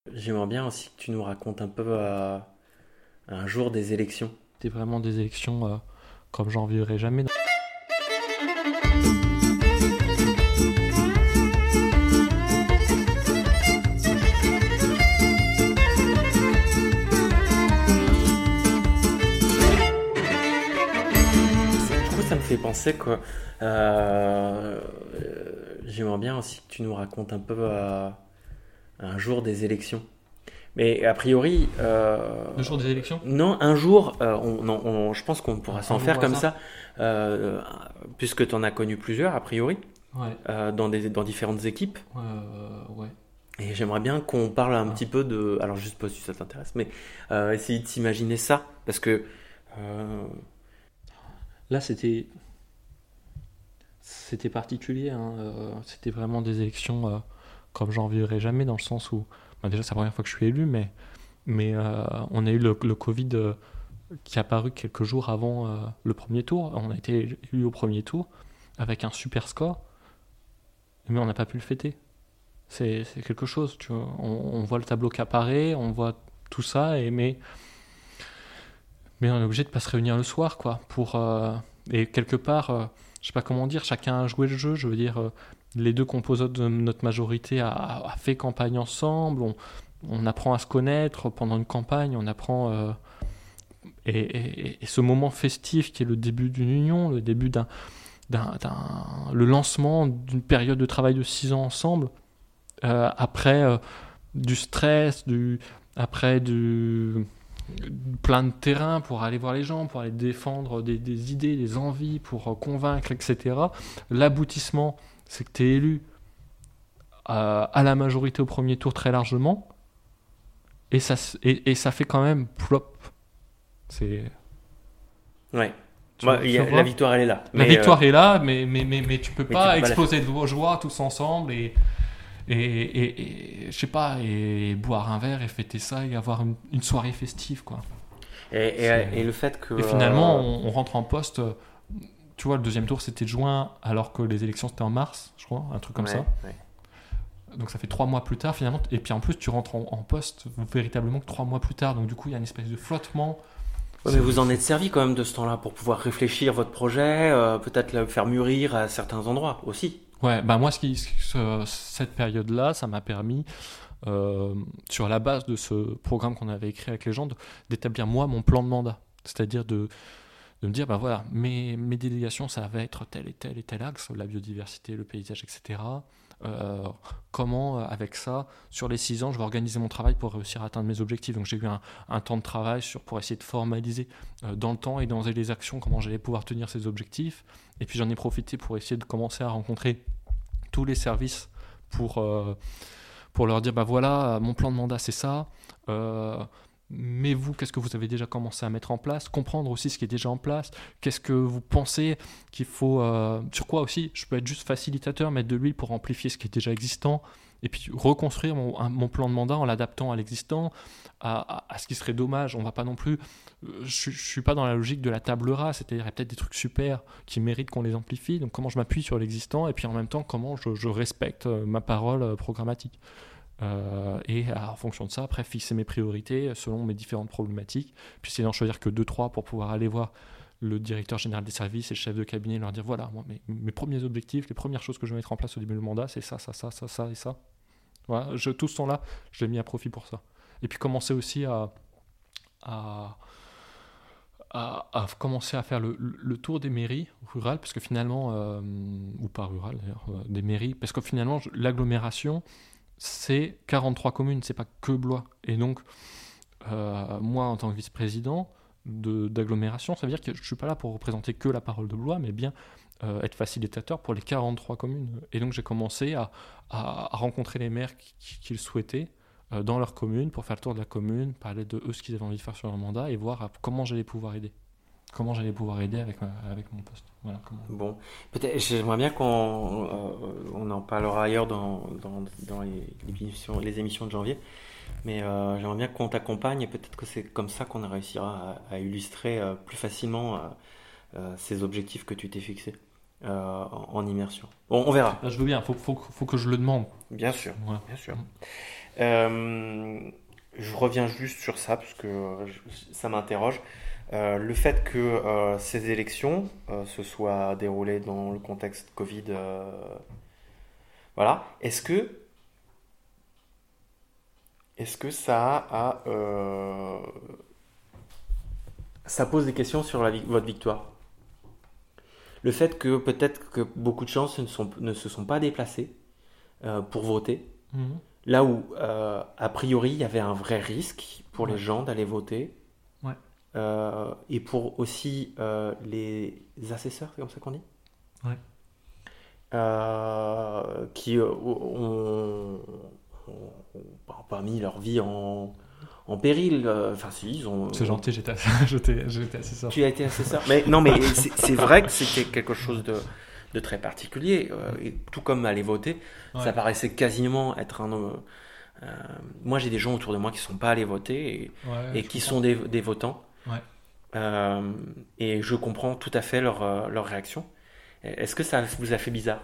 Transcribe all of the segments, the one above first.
J'aimerais bien aussi que tu nous racontes un peu un jour des élections. C'était vraiment des élections comme j'en vivrai jamais. Du coup, ça me fait penser que euh, j'aimerais bien aussi que tu nous racontes un peu un jour des élections. Mais a priori, Le jour des élections. non, un jour, je pense qu'on pourra Un s'en jour faire au comme hasard. ça, euh, puisque tu en as connu plusieurs, a priori, Ouais. dans différentes équipes. Ouais. Et j'aimerais bien qu'on parle un Ah. petit peu de. Alors, je sais pas si ça t'intéresse, mais essayer de s'imaginer ça. Parce que. euh, Là, c'était particulier, hein. C'était vraiment des élections comme j'en vivrai jamais, dans le sens où, bah, déjà, c'est la première fois que je suis élu, mais on a eu le Covid qui est apparu quelques jours avant le premier tour. On a été élu au premier tour avec un super score, mais on n'a pas pu le fêter. C'est quelque chose, tu vois. On voit le tableau qui apparaît, on voit tout ça, mais on est obligé de pas se réunir le soir, quoi. Et quelque part, je sais pas comment dire, chacun a joué le jeu. Je veux dire, les deux composantes de notre majorité a fait campagne ensemble. On apprend à se connaître pendant une campagne, on apprend. Et ce moment festif qui est le début d'une union, le début le lancement d'une période de travail de 6 ans ensemble, après du stress, après plein de terrain pour aller voir les gens, pour aller défendre des idées, des envies, pour convaincre, etc. L'aboutissement, c'est que tu es élu à la majorité au premier tour très largement, et ça fait quand même plop. C'est, ouais. tu, Il y tu la vois. victoire, elle est là. La Mais, victoire est là, mais tu peux mais tu peux pas pas la exploser fêter. de joie tous ensemble et je sais pas, et boire un verre et fêter ça et avoir une soirée festive, quoi. Et le fait que. Et finalement, on rentre en poste. Tu vois, le deuxième tour c'était de juin, alors que les élections c'était en mars, je crois, un truc comme Ouais, ça. ouais. Donc ça fait 3 mois plus tard finalement. Et puis en plus, tu rentres en poste véritablement que 3 mois plus tard. Donc du coup, il y a une espèce de flottement. Ouais, mais C'est, vous en c'est- êtes servi quand même de ce temps-là pour pouvoir réfléchir votre projet, peut-être le faire mûrir à certains endroits aussi. Ouais, bah moi, cette période-là, ça m'a permis, sur la base de ce programme qu'on avait écrit avec les gens, d'établir moi mon plan de mandat. C'est-à-dire de me dire, bah voilà, mes délégations, ça va être tel et tel et tel axe, la biodiversité, le paysage, etc. Euh, Comment, avec ça, sur les 6 ans, je vais organiser mon travail pour réussir à atteindre mes objectifs. Donc j'ai eu un temps de travail pour essayer de formaliser dans le temps et dans les actions comment j'allais pouvoir tenir ces objectifs. Et puis j'en ai profité pour essayer de commencer à rencontrer tous les services pour, euh, pour leur dire, bah voilà, mon plan de mandat c'est ça. Euh, mais vous, qu'est-ce que vous avez déjà commencé à mettre en place? Comprendre aussi ce qui est déjà en place. Qu'est-ce que vous pensez qu'il faut... sur quoi aussi je peux être juste facilitateur, mettre de l'huile pour amplifier ce qui est déjà existant. Et puis reconstruire mon plan de mandat en l'adaptant à l'existant, à ce qui serait dommage. On va pas non plus... Je suis pas dans la logique de la table rase, c'est-à-dire il y a peut-être des trucs super qui méritent qu'on les amplifie. Donc comment je m'appuie sur l'existant et puis en même temps comment je respecte ma parole programmatique. En fonction de ça, après, fixer mes priorités selon mes différentes problématiques. Puis essayer d'en choisir que deux trois pour pouvoir aller voir le directeur général des services et le chef de cabinet et leur dire voilà, moi, mes premiers objectifs, les premières choses que je vais mettre en place au début du mandat, c'est ça, ça, ça, ça, ça et ça. Voilà, tout ce temps-là, je l'ai mis à profit pour ça. Et puis commencer aussi à, à commencer à faire le tour des mairies rurales, parce que finalement, ou pas rurales d'ailleurs, des mairies, parce que finalement, l'agglomération, c'est 43 communes, c'est pas que Blois. Et donc, moi, en tant que vice-président d'agglomération, ça veut dire que je suis pas là pour représenter que la parole de Blois, mais bien être facilitateur pour les 43 communes. Et donc, j'ai commencé à rencontrer les maires qui le souhaitaient dans leur commune, pour faire le tour de la commune, parler de eux, ce qu'ils avaient envie de faire sur leur mandat, et voir comment j'allais pouvoir aider. Comment j'allais pouvoir aider avec mon poste. Voilà, comment... Bon, peut-être, j'aimerais bien on en parlera ailleurs dans les émissions de janvier, mais j'aimerais bien qu'on t'accompagne et peut-être que c'est comme ça qu'on réussira à illustrer plus facilement ces objectifs que tu t'es fixés en immersion. Bon, on verra. Là, je veux bien, faut que je le demande. Bien sûr, Voilà. bien sûr. je reviens juste sur ça parce que ça m'interroge. Le fait que ces élections se soient déroulées dans le contexte Covid, voilà, est-ce que ça pose des questions sur votre victoire? Le fait que peut-être que beaucoup de gens ne se sont pas déplacés pour voter, Mhm. là où a priori il y avait un vrai risque pour les Ouais. gens d'aller voter, Ouais. et pour aussi les assesseurs, c'est comme ça qu'on dit, Ouais. qui ont pas mis leur vie en péril. Enfin, si, ils ont. C'est gentil, j'étais assez Tu as sorti. été assesseur. Mais non, mais c'est vrai que c'était quelque chose de très particulier. Et tout comme aller voter, ça Ouais. paraissait quasiment être un. Moi, j'ai des gens autour de moi qui sont pas allés voter Ouais, et je qui comprends. sont des votants. Ouais. Et je comprends tout à fait leur réaction. Est-ce que ça vous a fait bizarre?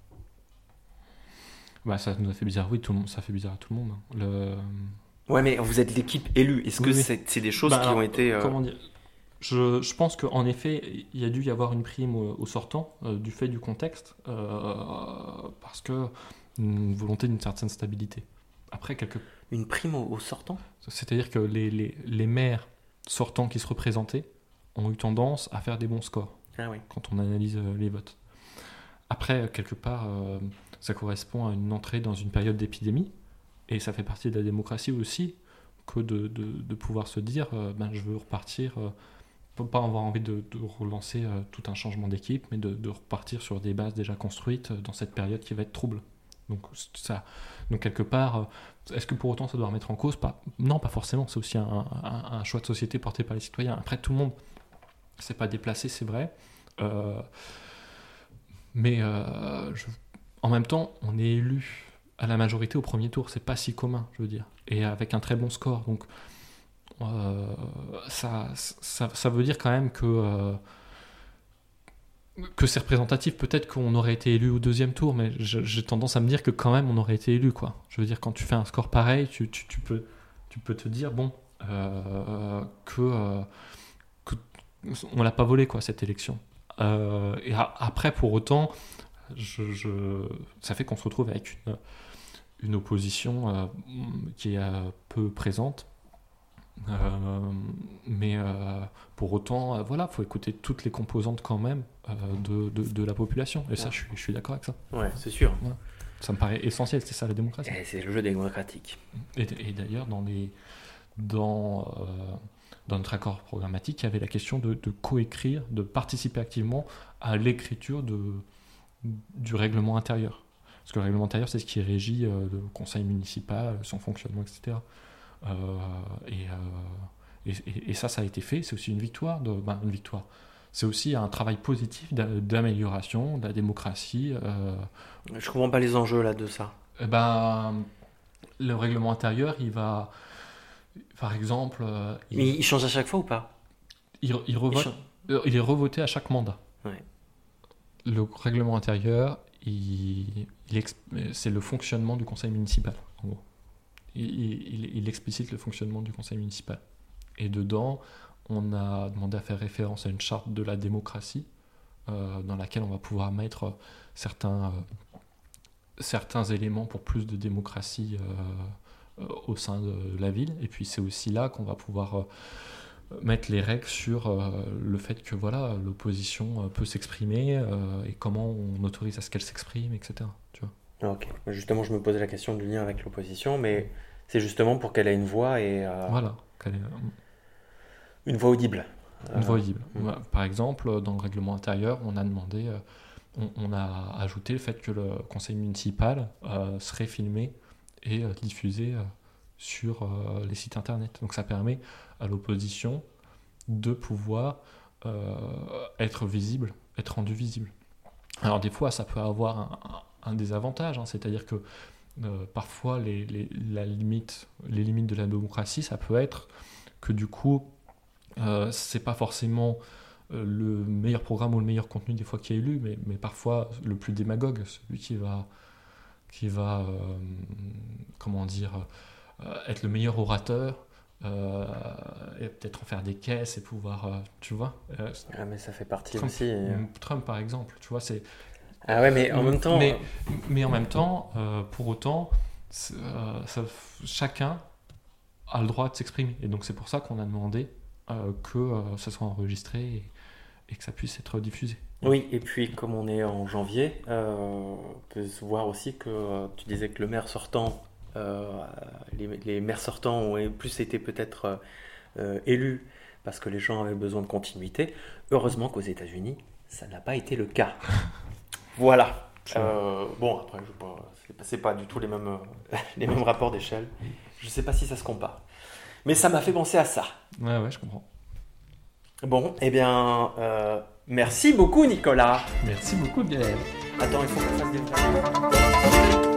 Bah, ça nous a fait bizarre, oui, tout le monde, ça fait bizarre à tout le monde, hein. Ouais, mais vous êtes l'équipe élue. Est-ce que Oui, oui. c'est des choses Bah, qui ont alors, été. comment dire? Je pense qu'en effet, il y a dû y avoir une prime au sortant, du fait du contexte, parce que une volonté d'une certaine stabilité. Après, Une prime aux sortants? c'est-à-dire que les maires sortants qui se représentaient ont eu tendance à faire des bons scores Ah oui. quand on analyse les votes. Après, quelque part, ça correspond à une entrée dans une période d'épidémie, et ça fait partie de la démocratie aussi, que de pouvoir se dire, ben, je veux repartir, pas avoir envie de relancer tout un changement d'équipe, mais de repartir sur des bases déjà construites dans cette période qui va être trouble. Donc, donc quelque part, est-ce que pour autant ça doit remettre en cause? Pas, non, pas forcément, c'est aussi un choix de société porté par les citoyens. Après, tout le monde ne s'est pas déplacé, c'est vrai. Euh, mais en même temps, on est élu à la majorité au premier tour, c'est pas si commun, je veux dire, et avec un très bon score. Donc ça veut dire quand même que c'est représentatif. Peut-être qu'on aurait été élu au deuxième tour, mais j'ai tendance à me dire que quand même on aurait été élu, quoi. Je veux dire, quand tu fais un score pareil, tu peux te dire, bon, que on l'a pas volé, quoi, cette élection. Après, pour autant, ça fait qu'on se retrouve avec une opposition qui est peu présente. Mais pour autant, voilà, faut écouter toutes les composantes quand même de la population. Et ça, je suis d'accord avec ça. Ouais, c'est sûr. Voilà. Ça me paraît essentiel, c'est ça la démocratie. Et c'est le jeu démocratique. Et d'ailleurs, dans, euh, dans notre accord programmatique, il y avait la question de coécrire, de participer activement à l'écriture du règlement intérieur. Parce que le règlement intérieur, c'est ce qui régit le conseil municipal, son fonctionnement, etc. Et ça a été fait. C'est aussi une victoire. Une victoire. C'est aussi un travail positif d'amélioration de la démocratie. Je comprends pas les enjeux là de ça. Et ben, le règlement intérieur, il va, par exemple, Mais il change à chaque fois ou pas? il Il revote, change. il est revoté à chaque mandat. Ouais. Le règlement intérieur, c'est le fonctionnement du conseil municipal, en gros. Il explicite le fonctionnement du conseil municipal. Et dedans, on a demandé à faire référence à une charte de la démocratie, dans laquelle on va pouvoir mettre certains éléments pour plus de démocratie au sein de la ville. Et puis c'est aussi là qu'on va pouvoir mettre les règles sur le fait que voilà, l'opposition peut s'exprimer et comment on autorise à ce qu'elle s'exprime, etc. Tu vois. Ok. Justement, je me posais la question du lien avec l'opposition, mais c'est justement pour qu'elle ait une voix et Voilà, une voix audible. une voix audible. Mm. Par exemple, dans le règlement intérieur, on a demandé, on a ajouté le fait que le conseil municipal serait filmé et diffusé sur les sites internet. Donc ça permet à l'opposition de pouvoir être visible, être rendu visible. Alors des fois, ça peut avoir un désavantage, hein, c'est-à-dire que parfois les limites de la démocratie, ça peut être que du coup, c'est pas forcément le meilleur programme ou le meilleur contenu des fois qui est élu, mais parfois le plus démagogue, celui qui va comment dire, être le meilleur orateur, et peut-être en faire des caisses et pouvoir, tu vois. Ah, mais ça fait partie Trump, aussi. Trump, par exemple, tu vois, c'est. Ah ouais, mais en même temps. Mais en même temps, pour autant, chacun a le droit de s'exprimer. Et donc c'est pour ça qu'on a demandé que ça soit enregistré et que ça puisse être diffusé. Oui, et puis comme on est en janvier, on peut se voir aussi que tu disais que le maire sortant, les maires sortants ont plus été peut-être élus parce que les gens avaient besoin de continuité. Heureusement qu'aux États-Unis, ça n'a pas été le cas. Voilà. Bon, après, c'est pas du tout les mêmes, les mêmes rapports d'échelle. Je sais pas si ça se compare. Mais ça m'a fait penser à ça. Ouais, je comprends. Bon, eh bien, merci beaucoup, Nicolas. Merci beaucoup, Gaël. Attends, il faut qu'on fasse des...